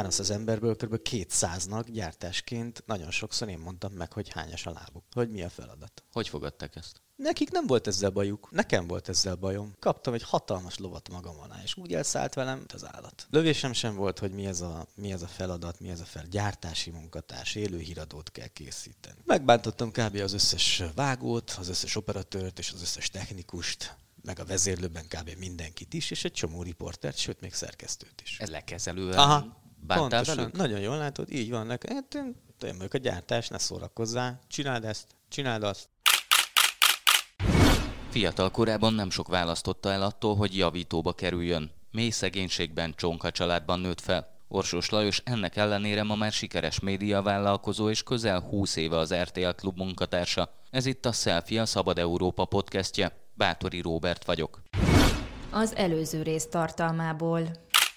300 emberből kb. 200-nak gyártásként nagyon sokszor én mondtam meg, hogy hányas a lábuk, hogy mi a feladat. Hogy fogadták ezt? Nekik nem volt ezzel bajuk, nekem volt ezzel bajom. Kaptam egy hatalmas lovat magam alá, és úgy elszállt velem, mint az állat. Lövésem sem volt, hogy mi ez a feladat, mi ez a gyártási munkatárs, élő híradót kell készíteni. Megbántottam kb. Az összes vágót, az összes operatőrt és az összes technikust, meg a vezérlőben kb. Mindenkit is, és egy csomó riportert, sőt még szerkesztőt is. Ez lekezelően bántál pontosan, velük? nagyon jól látod, így van. Hát én vagyok a gyártás, ne szórakozzál, csináld ezt, csináld azt. Fiatal korában nem sok választotta el attól, hogy javítóba kerüljön. Mély szegénységben, csonka családban nőtt fel. Orsós Lajos ennek ellenére ma már sikeres médiavállalkozó és közel 20 éve az RTL Klub munkatársa. Ez itt a Selfie, a Szabad Európa podcastje. Bátori Róbert vagyok. Az előző rész tartalmából.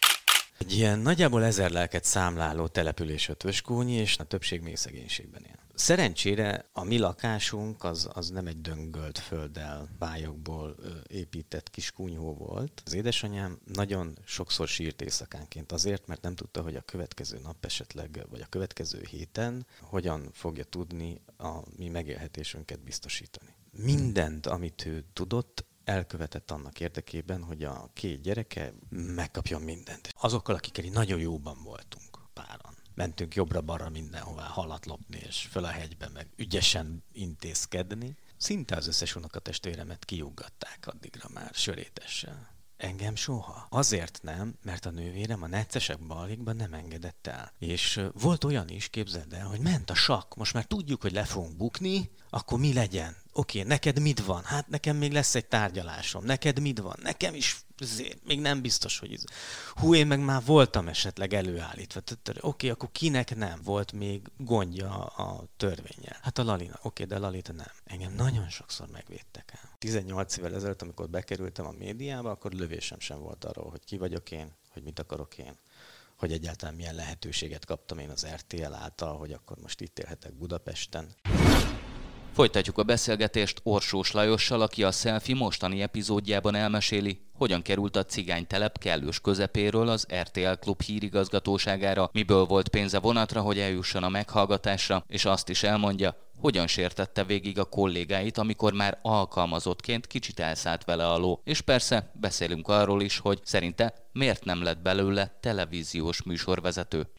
Egy ilyen nagyjából 1000 lelket számláló település Ötvöskónyi, és a többség mély szegénységben él. Szerencsére a mi lakásunk az nem egy döngölt földdel, bályokból épített kis kunyhó volt. Az édesanyám nagyon sokszor sírt éjszakánként azért, mert nem tudta, hogy a következő nap esetleg, vagy a következő héten hogyan fogja tudni a mi megélhetésünket biztosítani. Mindent, amit ő tudott, elkövetett annak érdekében, hogy a 2 gyereke megkapjon mindent. Azokkal, akikkel nagyon jóban voltunk páran. Mentünk jobbra-balra mindenhová, halat lopni, és föl a hegybe, meg ügyesen intézkedni. Szinte az összes unokatestvéremet kiuggatták addigra már sörétessel. Engem soha. Azért nem, mert a nővérem a neccesek balikban nem engedett el. És volt olyan is, képzeld el, hogy ment a sakk, most már tudjuk, hogy le fogunk bukni, akkor mi legyen? Oké, neked mit van? Hát nekem még lesz egy tárgyalásom. Neked mit van? Nekem is még nem biztos, hogy én meg már voltam esetleg előállítva. Oké, akkor kinek nem volt még gondja a törvénnyel? Hát a Lalina. Oké, de a Lalita nem. Engem nagyon sokszor megvédtek el. 18 évvel ezelőtt, amikor bekerültem a médiába, akkor lövésem sem volt arról, hogy ki vagyok én, hogy mit akarok én, hogy egyáltalán milyen lehetőséget kaptam én az RTL által, hogy akkor most itt élhetek Budapesten. Folytatjuk a beszélgetést Orsós Lajossal, aki a Selfie mostani epizódjában elmeséli, hogyan került a cigánytelep kellős közepéről az RTL Klub hírigazgatóságára, miből volt pénze vonatra, hogy eljusson a meghallgatásra, és azt is elmondja, hogyan sértette végig a kollégáit, amikor már alkalmazottként kicsit elszállt vele a ló. És persze beszélünk arról is, hogy szerinte miért nem lett belőle televíziós műsorvezető.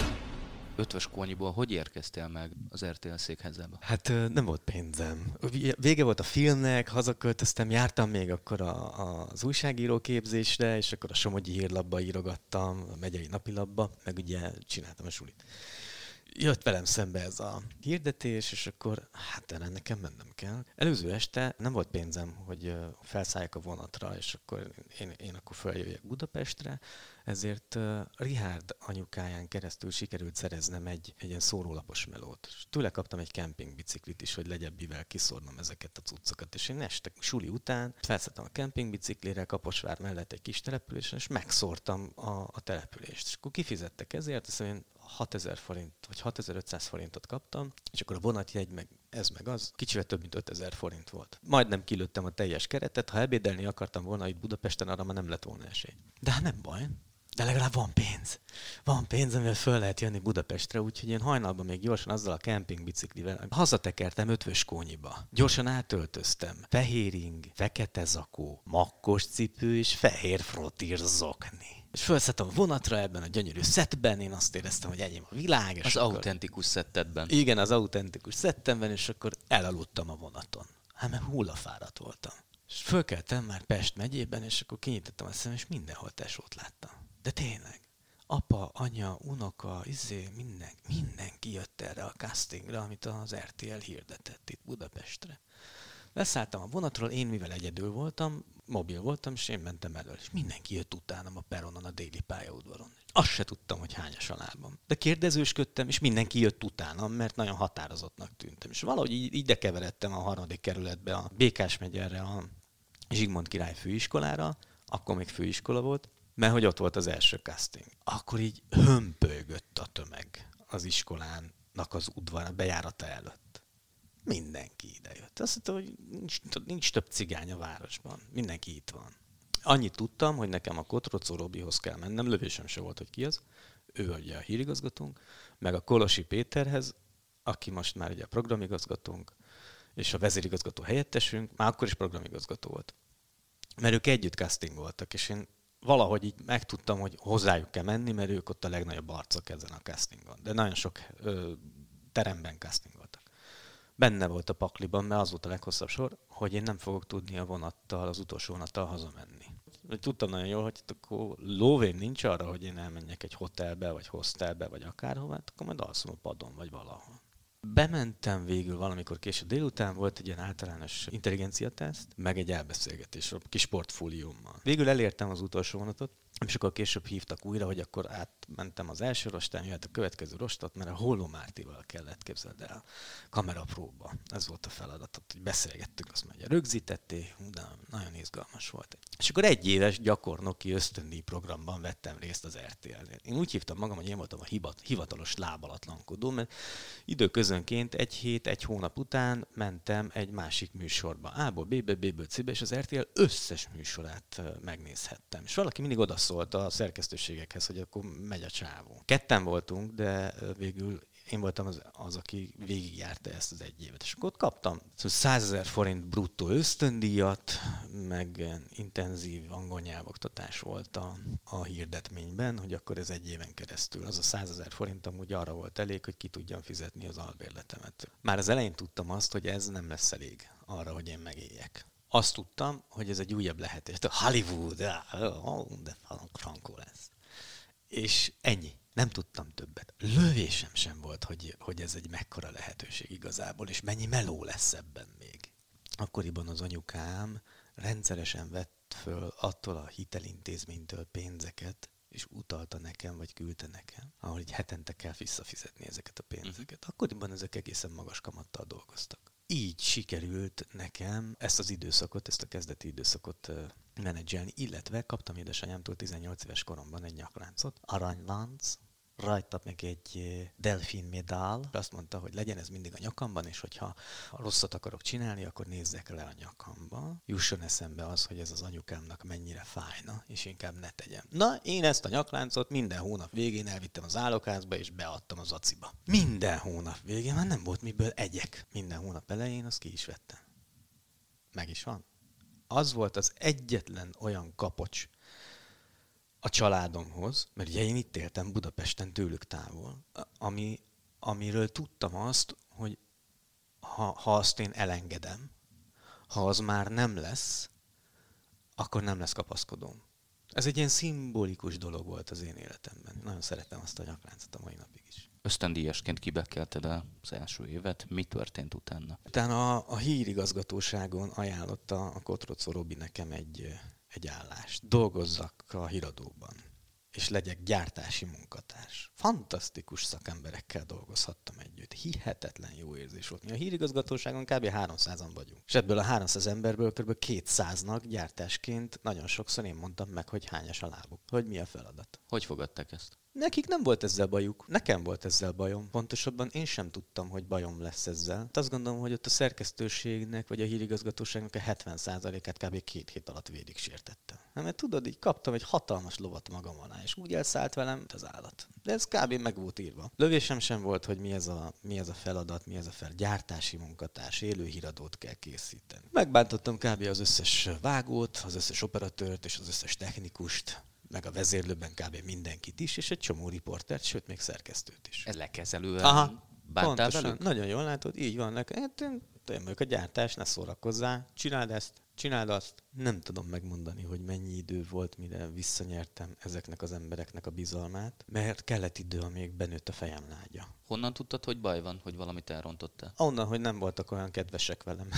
Ötvöskónyiból hogy érkeztél meg az RTL székházába? Hát nem volt pénzem. Vége volt a filmnek, hazaköltöztem, jártam még akkor az újságíró képzésre, és akkor a Somogyi Hírlapba írogattam, a megyei napilapba, meg ugye csináltam a sulit. Jött velem szembe ez a hirdetés, és akkor hát erre nekem mennem kell. Előző este nem volt pénzem, hogy felszálljak a vonatra, és akkor én akkor feljöjjek Budapestre, ezért Richárd anyukáján keresztül sikerült szereznem egy ilyen szórólapos melót. És tőle kaptam egy kempingbiciklit is, hogy legyebbivel kiszórnom ezeket a cuccokat. És én este suli után felszálltam a kempingbiciklire, Kaposvár mellett egy kis településen, és megszórtam a települést. És akkor kifizettek ezért, azt mondja, 6000 forint, vagy 6500 forintot kaptam, és akkor a vonatjegy, meg ez, meg az, kicsivel több, mint 5000 forint volt. Majdnem kilőttem a teljes keretet, ha ebédelni akartam volna itt Budapesten, arra már nem lett volna esély. De hát nem baj, de legalább van pénz. Van pénz, amivel föl lehet jönni Budapestre, úgyhogy én hajnalban még gyorsan azzal a kempingbiciklivel hazatekertem Ötvöskónyiba. Gyorsan átöltöztem. Fehér ing, fekete zakó, makkos cipő és fehér frotír zokni. És felszálltam a vonatra ebben a gyönyörű szettben, én azt éreztem, hogy enyém a világ. Az autentikus szettedben. Igen, az autentikus szettemben, és akkor elaludtam a vonaton. Hát mert hullafáradt voltam. És fölkeltem már Pest megyében, és akkor kinyitottam a szemem, és mindenhol tesót láttam. De tényleg. Apa, anya, unoka, mindenki jött erre a castingra, amit az RTL hirdetett itt Budapestre. Leszálltam a vonatról, én mivel egyedül voltam, mobil voltam, és én mentem elől, és mindenki jött utánam a peronon, a déli pályaudvaron. Azt se tudtam, hogy hányas a lábam. De kérdezősködtem, és mindenki jött utánam, mert nagyon határozottnak tűntem. És valahogy ide keveredtem a 3. kerületbe, a Békás megyerre, a Zsigmond király főiskolára, akkor még főiskola volt, mert hogy ott volt az első casting. Akkor így hömpölygött a tömeg az iskolának az udvar bejárata előtt. Mindenki idejött. Azt mondta, hogy nincs több cigány a városban. Mindenki itt van. Annyit tudtam, hogy nekem a Kotrocó Robihoz kell mennem, lövésem se volt, hogy ki az. ő ugye a hírigazgatónk, meg a Kolosi Péterhez, aki most már ugye a programigazgatónk, és a vezérigazgató helyettesünk, már akkor is programigazgató volt. Mert ők együtt castingoltak, és én valahogy így megtudtam, hogy hozzájuk kell menni, mert ők ott a legnagyobb arcok ezen a castingon. De nagyon sok teremben castingoltak. Benne volt a pakliban, mert az volt a leghosszabb sor, hogy én nem fogok tudni a vonattal, az utolsó vonattal hazamenni. Tudtam nagyon jól, hogy akkor lóvém nincs arra, hogy én elmenjek egy hotelbe, vagy hostelbe, vagy akárhova, akkor majd alszom a padon, vagy valahol. Bementem végül valamikor később délután, volt egy ilyen általános intelligenciateszt, meg egy elbeszélgetés a kis portfóliómmal. Végül elértem az utolsó vonatot, és akkor később hívtak újra, hogy akkor átmentem az első rostán, jöhet a következő rostot, mert a Holló Mártival kellett, képzeld el, kamerapróba. Ez volt a feladat, hogy beszélgettünk, azt mondja, rögzítették, de nagyon izgalmas volt. És akkor egy éves gyakornoki ösztöndíj programban vettem részt az RTL-nél. Én úgy hívtam magam, hogy én voltam a hivatalos lábalatlankodó, mert időközönként egy hét, egy hónap után mentem egy másik műsorba. A-ból B-be, B-ből C-be, és az RTL összes műsorát megnézhettem. És valaki mindig odaszólt a szerkesztőségekhez, hogy akkor megy a csávó. Ketten voltunk, de végül én voltam az aki végigjárta ezt az egy évet. És akkor ott kaptam 100 000 forint bruttó ösztöndíjat, meg intenzív angol nyelvoktatás volt a hirdetményben, hogy akkor ez egy éven keresztül. Az a 100 000 forint amúgy arra volt elég, hogy ki tudjam fizetni az albérletemet. Már az elején tudtam azt, hogy ez nem lesz elég arra, hogy én megéljek. Azt tudtam, hogy ez egy újabb lehetőség. Hollywood, de frankó lesz. És ennyi. Nem tudtam többet. Lövésem sem volt, hogy ez egy mekkora lehetőség igazából, és mennyi meló lesz ebben még. Akkoriban az anyukám rendszeresen vett föl attól a hitelintézménytől pénzeket, és utalta nekem, vagy küldte nekem, ahol így hetente kell visszafizetni ezeket a pénzeket. Akkoriban ezek egészen magas kamattal dolgoztak. Így sikerült nekem ezt az időszakot, ezt a kezdeti időszakot menedzselni, illetve kaptam édesanyámtól 18 éves koromban egy nyakláncot, aranylánc, rajta meg egy delfin medál, azt mondta, hogy legyen ez mindig a nyakamban, és hogyha rosszat akarok csinálni, akkor nézzek le a nyakamba. Jusson eszembe az, hogy ez az anyukámnak mennyire fájna, és inkább ne tegyem. Na, én ezt a nyakláncot minden hónap végén elvittem az álokházba, és beadtam az aciba. Minden hónap végén, már nem volt miből egyek. Minden hónap elején azt ki is vettem. Meg is van. Az volt az egyetlen olyan kapocs a családomhoz, mert ugye én itt éltem Budapesten tőlük távol, amiről tudtam azt, hogy ha azt én elengedem, ha az már nem lesz, akkor nem lesz kapaszkodóm. Ez egy ilyen szimbolikus dolog volt az én életemben. Nagyon szeretem azt a nyakláncot a mai napig is. Ösztöndíjasként kibekelted az első évet. Mi történt utána? Utána a hírigazgatóságon ajánlotta a Kotrocó Robi nekem egy állást. Dolgozzak a híradóban, és legyek gyártási munkatárs. Fantasztikus szakemberekkel dolgozhattam együtt. Hihetetlen jó érzés volt. Mi a hírigazgatóságon kb. 300-an vagyunk. És ebből a 300 emberből kb. 200-nak gyártásként nagyon sokszor én mondtam meg, hogy hányas a lábuk, hogy mi a feladat. Hogy fogadták ezt? Nekik nem volt ezzel bajuk, nekem volt ezzel bajom. Pontosabban én sem tudtam, hogy bajom lesz ezzel. Azt gondolom, hogy ott a szerkesztőségnek, vagy a hírigazgatóságnak a 70%-át kb. 2 hét alatt végig sértettem. Mert tudod, így kaptam egy hatalmas lovat magam alá, és úgy elszállt velem, mint az állat. De ez kb. Meg volt írva. Lövésem sem volt, hogy mi ez a feladat, mi ez a gyártási munkatárs, élő híradót kell készíteni. Megbántottam kb. Az összes vágót, az összes operatőrt és az összes technikust, meg a vezérlőben kb. Mindenkit is, és egy csomó riportert, sőt, még szerkesztőt is. Ez lekezelően bántál velük? Nagyon jól látod, így van. Én vagyok a gyártás, ne szórakozzál, csináld ezt, csináld azt. Nem tudom megmondani, hogy mennyi idő volt, mire visszanyertem ezeknek az embereknek a bizalmát, mert kellett idő, amíg benőtt a fejem lágya. Honnan tudtad, hogy baj van, hogy valamit elrontottál? Onnan, hogy nem voltak olyan kedvesek velem.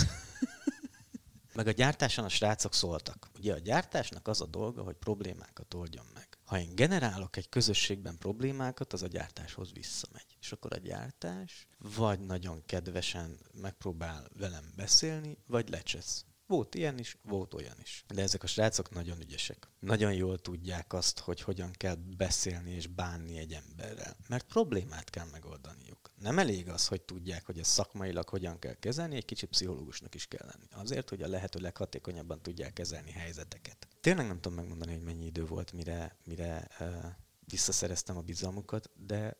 Meg a gyártáson a srácok szóltak. Ugye a gyártásnak az a dolga, hogy problémákat oldjon meg. Ha én generálok egy közösségben problémákat, az a gyártáshoz visszamegy. És akkor a gyártás vagy nagyon kedvesen megpróbál velem beszélni, vagy lecsesz. Volt ilyen is, volt olyan is. De ezek a srácok nagyon ügyesek. Nagyon jól tudják azt, hogy hogyan kell beszélni és bánni egy emberrel. Mert problémát kell megoldaniuk. Nem elég az, hogy tudják, hogy ez szakmailag hogyan kell kezelni, egy kicsit pszichológusnak is kell lenni. Azért, hogy a lehető leghatékonyabban tudják kezelni helyzeteket. Tényleg nem tudom megmondani, hogy mennyi idő volt, mire visszaszereztem a bizalmukat,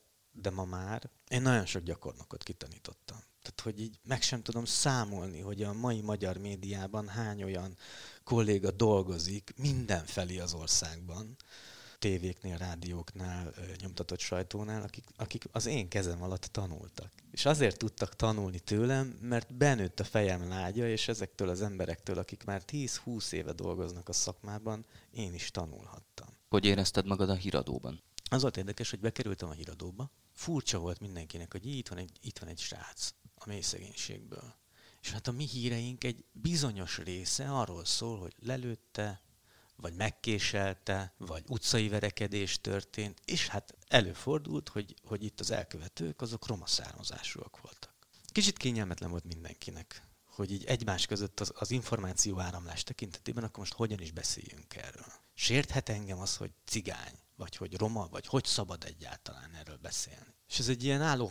de ma már én nagyon sok gyakornokot kitanítottam. Tehát, hogy így meg sem tudom számolni, hogy a mai magyar médiában hány olyan kolléga dolgozik mindenfelé az országban, tévéknél, rádióknál, nyomtatott sajtónál, akik az én kezem alatt tanultak. És azért tudtak tanulni tőlem, mert benőtt a fejem lágya, és ezektől az emberektől, akik már 10-20 éve dolgoznak a szakmában, én is tanulhattam. Hogy érezted magad a híradóban? Az volt érdekes, hogy bekerültem a híradóba. Furcsa volt mindenkinek, hogy itt van egy srác a mély szegénységből. És hát a mi híreink egy bizonyos része arról szól, hogy lelőtte, vagy megkéselte, vagy utcai verekedés történt, és hát előfordult, hogy itt az elkövetők azok roma származásúak voltak. Kicsit kényelmetlen volt mindenkinek, hogy így egymás között az információ áramlás tekintetében akkor most hogyan is beszéljünk erről. Sérthet engem az, hogy cigány, vagy hogy roma, vagy hogy szabad egyáltalán erről beszélni. És ez egy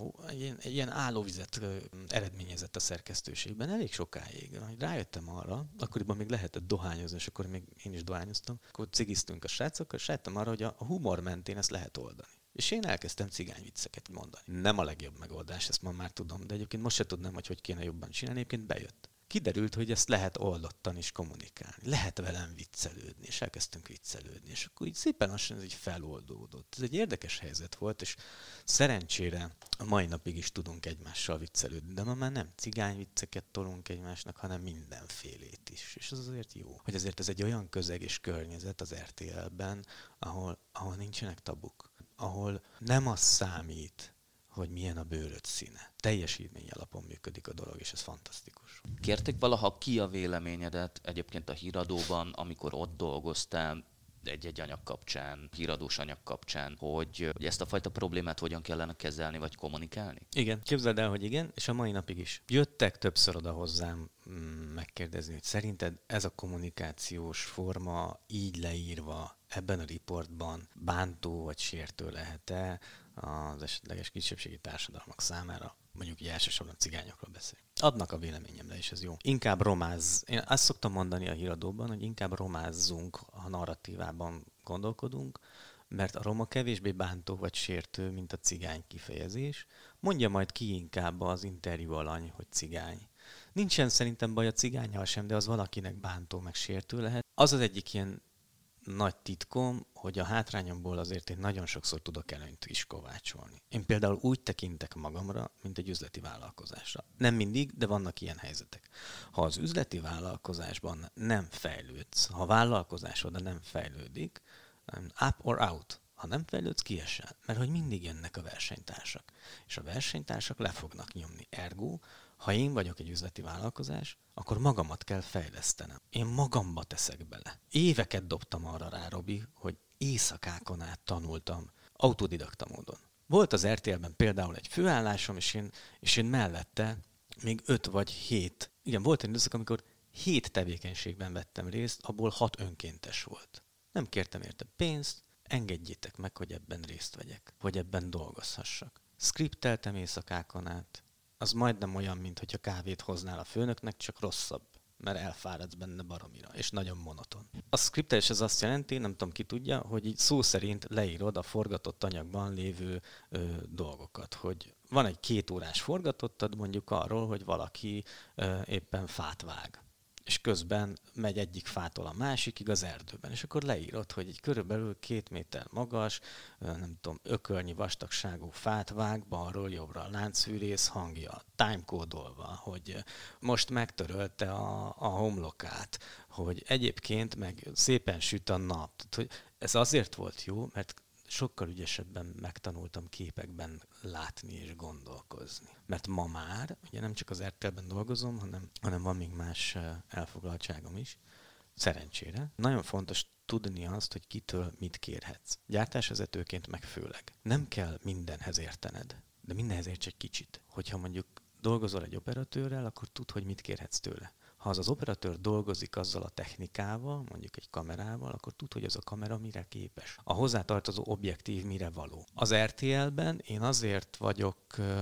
ilyen állóvizet eredményezett a szerkesztőségben elég sokáig. Rájöttem arra, akkoriban még lehetett dohányozni, és akkor még én is dohányoztam, akkor cigiztünk a srácokkal, és rájöttem arra, hogy a humor mentén ezt lehet oldani. És én elkezdtem cigányvicceket mondani. Nem a legjobb megoldás, ezt ma már tudom, de egyébként most se tudnám, hogy kéne jobban csinálni, egyébként bejött. Kiderült, hogy ezt lehet oldottan is kommunikálni. Lehet velem viccelődni, és elkezdtünk viccelődni. És akkor így szépen lassan ez így feloldódott. Ez egy érdekes helyzet volt, és szerencsére a mai napig is tudunk egymással viccelődni. De ma már nem cigányvicceket tolunk egymásnak, hanem mindenfélét is. És az azért jó. Hogy azért ez egy olyan közeg és környezet az RTL-ben, ahol nincsenek tabuk. Ahol nem az számít, hogy milyen a bőröd színe. Teljesítmény alapon működik a dolog, és ez fantasztikus. Kérték valaha ki a véleményedet egyébként a híradóban, amikor ott dolgoztál, egy anyag kapcsán, híradós anyag kapcsán, hogy ezt a fajta problémát hogyan kellene kezelni, vagy kommunikálni? Igen, képzeld el, hogy igen, és a mai napig is. Jöttek többször oda hozzám megkérdezni, hogy szerinted ez a kommunikációs forma így leírva ebben a riportban bántó vagy sértő lehet-e az esetleges kisebbségi társadalmak számára, mondjuk így elsősorban cigányokról beszél. Adnak a véleményemre, és ez jó. Inkább én azt szoktam mondani a híradóban, hogy inkább romázzunk, ha narratívában gondolkodunk, mert a roma kevésbé bántó vagy sértő, mint a cigány kifejezés. Mondja majd ki inkább az interjú alany, hogy cigány. Nincsen szerintem baj a cigánnyal sem, de az valakinek bántó meg sértő lehet. Az az egyik ilyen nagy titkom, hogy a hátrányomból azért én nagyon sokszor tudok előnyt is kovácsolni. Én például úgy tekintek magamra, mint egy üzleti vállalkozásra. Nem mindig, de vannak ilyen helyzetek. Ha az üzleti vállalkozásban nem fejlődsz, ha a vállalkozásod nem fejlődik, up or out, ha nem fejlődsz, kiesel. Mert hogy mindig jönnek a versenytársak. És a versenytársak le fognak nyomni. Ergo, ha én vagyok egy üzleti vállalkozás, akkor magamat kell fejlesztenem. Én magamba teszek bele. Éveket dobtam arra rá, Robi, hogy éjszakákon át tanultam autodidakta módon. Volt az RTL-ben például egy főállásom, és én mellette még 5 vagy 7. Igen, volt egy időszak, amikor 7 tevékenységben vettem részt, abból 6 önkéntes volt. Nem kértem érte pénzt, engedjétek meg, hogy ebben részt vegyek, hogy ebben dolgozhassak. Skripteltem éjszakákon át. Az majdnem olyan, mint hogyha kávét hoznál a főnöknek, csak rosszabb, mert elfáradsz benne baromira, és nagyon monoton. A skriptelés az azt jelenti, nem tudom ki tudja, hogy így szó szerint leírod a forgatott anyagban lévő dolgokat, hogy van egy 2 órás forgatottad mondjuk arról, hogy valaki éppen fát vág. És közben megy egyik fától a másikig az erdőben, és akkor leírod, hogy egy körülbelül 2 méter magas, nem tudom, ökölnyi vastagságú fát vág, balról jobbra a láncfűrész hangja, timecode-olva, hogy most megtörölte a homlokát, hogy egyébként meg szépen süt a nap. Tehát, hogy ez azért volt jó, mert sokkal ügyesebben megtanultam képekben látni és gondolkozni. Mert ma már, ugye nem csak az RTL-ben dolgozom, hanem van még más elfoglaltságom is, szerencsére. Nagyon fontos tudni azt, hogy kitől mit kérhetsz. Gyártásvezetőként meg főleg. Nem kell mindenhez értened, de mindenhez érts egy kicsit. Hogyha mondjuk dolgozol egy operatőrrel, akkor tudd, hogy mit kérhetsz tőle. Ha az operatőr dolgozik azzal a technikával, mondjuk egy kamerával, akkor tud, hogy az a kamera mire képes. A hozzátartozó objektív mire való. Az RTL-ben én azért vagyok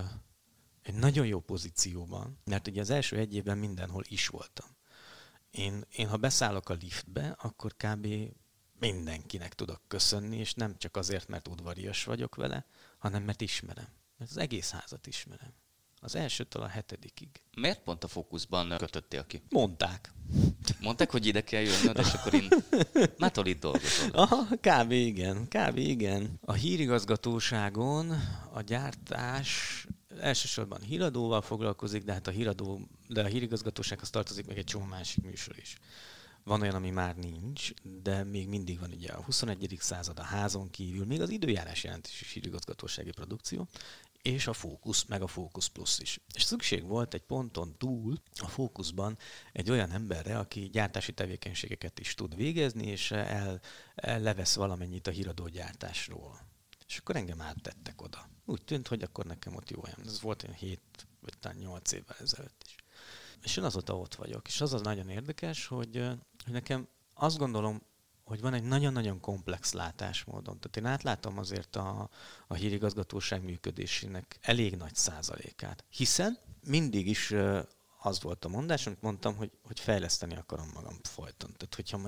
egy nagyon jó pozícióban, mert ugye az első 1 évben mindenhol is voltam. Én ha beszállok a liftbe, akkor kb. mindenkinek tudok köszönni, és nem csak azért, mert udvarias vagyok vele, hanem mert ismerem. Mert az egész házat ismerem. Az elsőtől a 7. Miért pont a Fókuszban kötöttél ki? Mondták. Mondták, hogy ide kell jönnöd, és akkor én mától itt dolgozol. Aha, kb. Igen. A hírigazgatóságon a gyártás elsősorban híradóval foglalkozik, de hát a hírigazgatósághoz tartozik még egy csomó másik műsor is. Van olyan, ami már nincs, de még mindig van ugye a 21. század, a házon kívül, még az időjárás jelentés is hírigazgatósági produkció, és a Fókusz, meg a Fókusz Plus is. És szükség volt egy ponton túl a Fókuszban egy olyan emberre, aki gyártási tevékenységeket is tud végezni, és levesz valamennyit a híradógyártásról. És akkor engem áttettek oda. Úgy tűnt, hogy akkor nekem ott jó helyen. Ez volt olyan 7 vagy talán 8 évvel ezelőtt is. És én azóta ott vagyok. És az nagyon érdekes, hogy nekem azt gondolom, hogy van egy nagyon-nagyon komplex látásmódom. Tehát én átlátom azért a hírigazgatóság működésének elég nagy százalékát. Hiszen mindig is az volt a mondás, amit mondtam, hogy fejleszteni akarom magam folyton. Tehát hogyha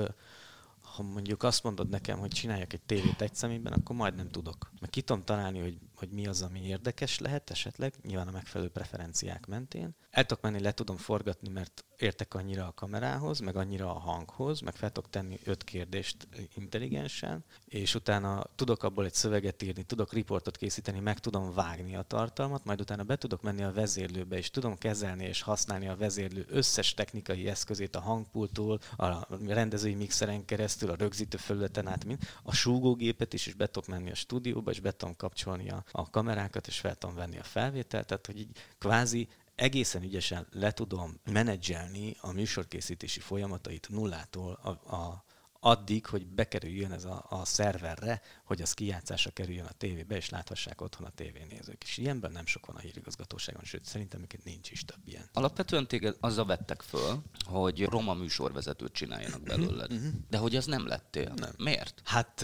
mondjuk azt mondod nekem, hogy csináljak egy tévét egy személyben, akkor majd nem tudok. Meg ki tudom találni, hogy mi az, ami érdekes lehet esetleg, nyilván a megfelelő preferenciák mentén. El tudok menni, le tudom forgatni, mert értek annyira a kamerához, meg annyira a hanghoz, meg fel tudok tenni 5 kérdést intelligensen, és utána tudok abból egy szöveget írni, tudok riportot készíteni, meg tudom vágni a tartalmat, majd utána be tudok menni a vezérlőbe, és tudom kezelni és használni a vezérlő összes technikai eszközét a hangpulttól, a rendezői mixeren keresztül, a rögzítő felületen át, a súgógépet is, és be tudok menni a stúdióba, és be tudom kapcsolni a kamerákat, és fel tudom venni a felvételt, tehát hogy így kvázi egészen ügyesen le tudom menedzselni a műsorkészítési folyamatait nullától addig, hogy bekerüljön ez a szerverre, hogy az kijátszásra kerüljön a tévébe, és láthassák otthon a tévénézők. És ilyenben nem sok van a hírigazgatóságon, sőt, szerintem nincs is több ilyen. Alapvetően téged azzal vettek föl, hogy roma műsorvezetőt csináljanak belőled. De hogy az nem lettél. Nem. Miért? Hát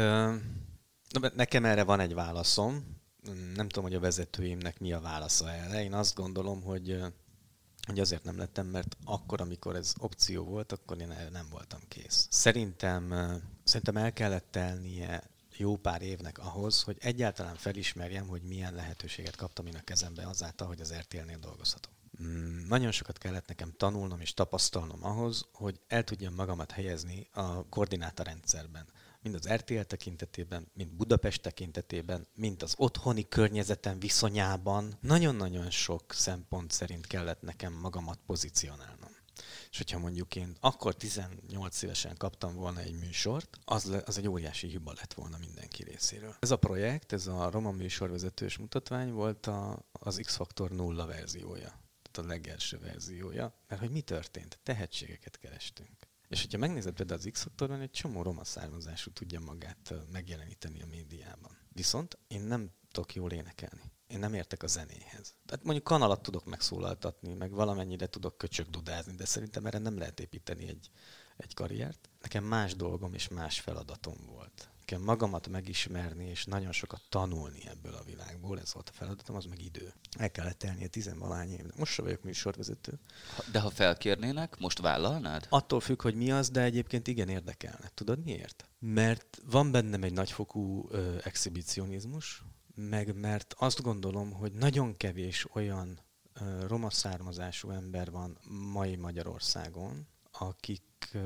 nekem erre van egy válaszom. Nem tudom, hogy a vezetőimnek mi a válasza erre. Én azt gondolom, hogy azért nem lettem, mert akkor, amikor ez opció volt, akkor én erre nem voltam kész. Szerintem el kellett telnie jó pár évnek ahhoz, hogy egyáltalán felismerjem, hogy milyen lehetőséget kaptam én a kezembe azáltal, hogy az RTL-nél dolgozhatok. Nagyon sokat kellett nekem tanulnom és tapasztalnom ahhoz, hogy el tudjam magamat helyezni a koordinátorrendszerben. Mind az RTL tekintetében, mind Budapest tekintetében, mind az otthoni környezetem viszonyában. Nagyon-nagyon sok szempont szerint kellett nekem magamat pozícionálnom. És hogyha mondjuk én akkor 18 évesen kaptam volna egy műsort, az egy óriási hiba lett volna mindenki részéről. Ez a projekt, ez a roma műsorvezetős mutatvány volt az X-Faktor 0 verziója. Tehát a legelső verziója. Mert hogy mi történt? Tehetségeket kerestünk. És hogyha megnézed például az X-Faktorban, egy csomó roma származású tudja magát megjeleníteni a médiában. Viszont én nem tudok jól énekelni. Én nem értek a zenéhez. Tehát mondjuk kanalat tudok megszólaltatni, meg valamennyire tudok köcsögdudázni, de szerintem erre nem lehet építeni egy karriert. Nekem más dolgom és más feladatom volt. Nekem magamat megismerni és nagyon sokat tanulni ebből a világból, ez volt a feladatom, az meg idő. El kellett telnie 10-valahány évnek. Most sem vagyok műsorvezető. De ha felkérnének, most vállalnád? Attól függ, hogy mi az, de egyébként igen érdekelne. Tudod miért? Mert van bennem egy nagyfokú exhibicionizmus, meg mert azt gondolom, hogy nagyon kevés olyan roma származású ember van mai Magyarországon, akik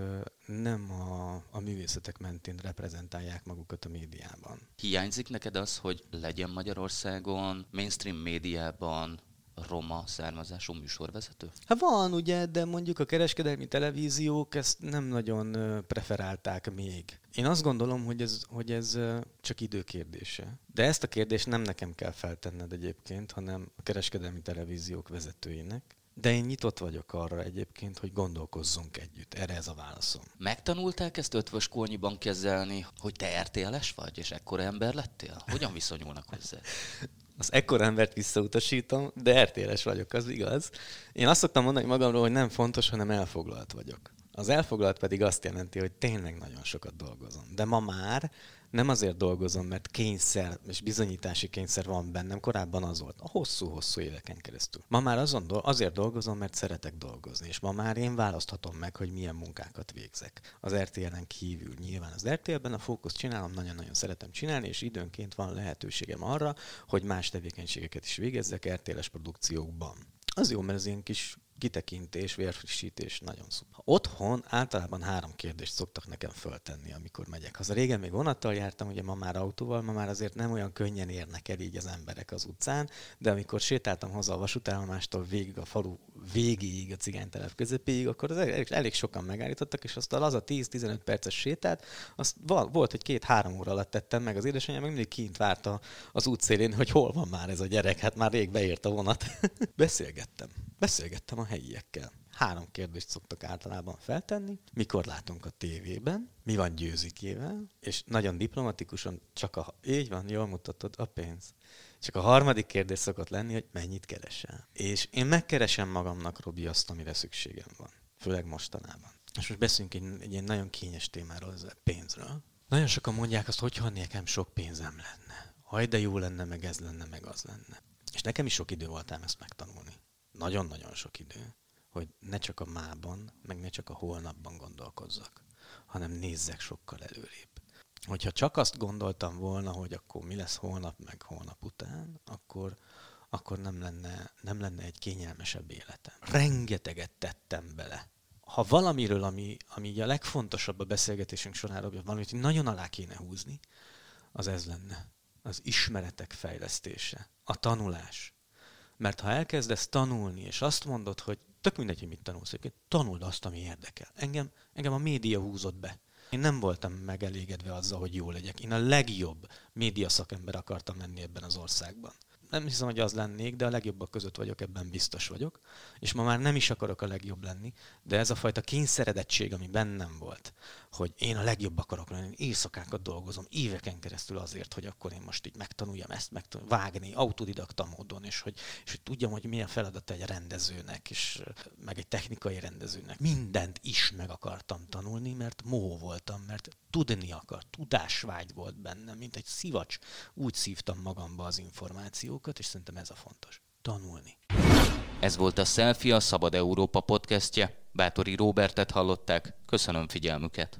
nem a művészetek mentén reprezentálják magukat a médiában. Hiányzik neked az, hogy legyen Magyarországon, mainstream médiában roma származású műsorvezető? Hát van ugye, de mondjuk a kereskedelmi televíziók ezt nem nagyon preferálták még. Én azt gondolom, hogy ez csak időkérdése. De ezt a kérdést nem nekem kell feltenned egyébként, hanem a kereskedelmi televíziók vezetőinek. De én nyitott vagyok arra egyébként, hogy gondolkozzunk együtt. Erre ez a válaszom. Megtanulták ezt Ötvös Kórnyiban kezelni, hogy te RTL-es vagy, és ekkora ember lettél? Hogyan viszonyulnak hozzá? Az ekkora embert visszautasítom, de RTL-es vagyok, az igaz. Én azt szoktam mondani magamról, hogy nem fontos, hanem elfoglalt vagyok. Az elfoglalt pedig azt jelenti, hogy tényleg nagyon sokat dolgozom. De ma már nem azért dolgozom, mert kényszer és bizonyítási kényszer van bennem, korábban az volt, a hosszú-hosszú éveken keresztül. Ma már azért dolgozom, mert szeretek dolgozni, és ma már én választhatom meg, hogy milyen munkákat végzek. Az RTL-en kívül nyilván az RTL-ben a fókuszt csinálom, nagyon-nagyon szeretem csinálni, és időnként van lehetőségem arra, hogy más tevékenységeket is végezzek RTL-es produkciókban. Az jó, mert az ilyen kis kitekintés, vérfrissítés nagyon szuper. Otthon általában 3 kérdést szoktak nekem föltenni, amikor megyek haza. Régen még vonattal jártam, ugye ma már autóval, ma már azért nem olyan könnyen érnek el így az emberek az utcán, de amikor sétáltam haza a vasútállomástól végig a falu végéig, a cigánytelep közepéig, akkor az elég sokan megállítottak, és azt a laza 10-15 perces sétát, azt volt, hogy 2-3 óra alatt tettem meg, az édesanyám meg mindig kint várta az útszélén, hogy hol van már ez a gyerek, hát már rég beért a vonat. Beszélgettem a helyiekkel. 3 kérdést szoktak általában feltenni. Mikor látunk a tévében? Mi van Győzikével? És nagyon diplomatikusan így van, jól mutatod, a pénz. Csak a 3. kérdés szokott lenni, hogy mennyit keresel. És én megkeresem magamnak, Robi, azt, amire szükségem van. Főleg mostanában. És most beszélünk egy ilyen nagyon kényes témáról, ez a pénzről. Nagyon sokan mondják azt, hogyha nekem sok pénzem lenne. Haj, de jó lenne, meg ez lenne, meg az lenne. És nekem is sok idő volt ám ezt megtanulni. Nagyon-nagyon sok idő, hogy ne csak a mában, meg ne csak a holnapban gondolkozzak, hanem nézzek sokkal előrébb. Hogyha csak azt gondoltam volna, hogy akkor mi lesz holnap, meg holnap után, akkor nem lenne egy kényelmesebb életem. Rengeteget tettem bele. Ha valamiről, ami a legfontosabb a beszélgetésünk során, valamit nagyon alá kéne húzni, az ez lenne. Az ismeretek fejlesztése, a tanulás. Mert ha elkezdesz tanulni, és azt mondod, hogy tök mindegy, hogy mit tanulsz, hogy tanuld azt, ami érdekel. Engem a média húzott be. Én nem voltam megelégedve azzal, hogy jó legyek. Én a legjobb média szakember akartam lenni ebben az országban. Nem hiszem, hogy az lennék, de a legjobbak között vagyok, ebben biztos vagyok. És ma már nem is akarok a legjobb lenni, de ez a fajta kényszeredettség, ami bennem volt, hogy én a legjobb akarok lenni, éjszakákat dolgozom, éveken keresztül azért, hogy akkor én most így megtanuljam ezt, vágni autodidakta módon, és hogy tudjam, hogy milyen feladata egy rendezőnek, és meg egy technikai rendezőnek. Mindent is meg akartam tanulni, mert mohó voltam, mert tudni tudásvágy volt bennem, mint egy szivacs. Úgy szívtam magamba az információkat, és szerintem ez a fontos. Tanulni. Ez volt a Selfie, a Szabad Európa podcastje. Báthori Róbertet hallották. Köszönöm figyelmüket.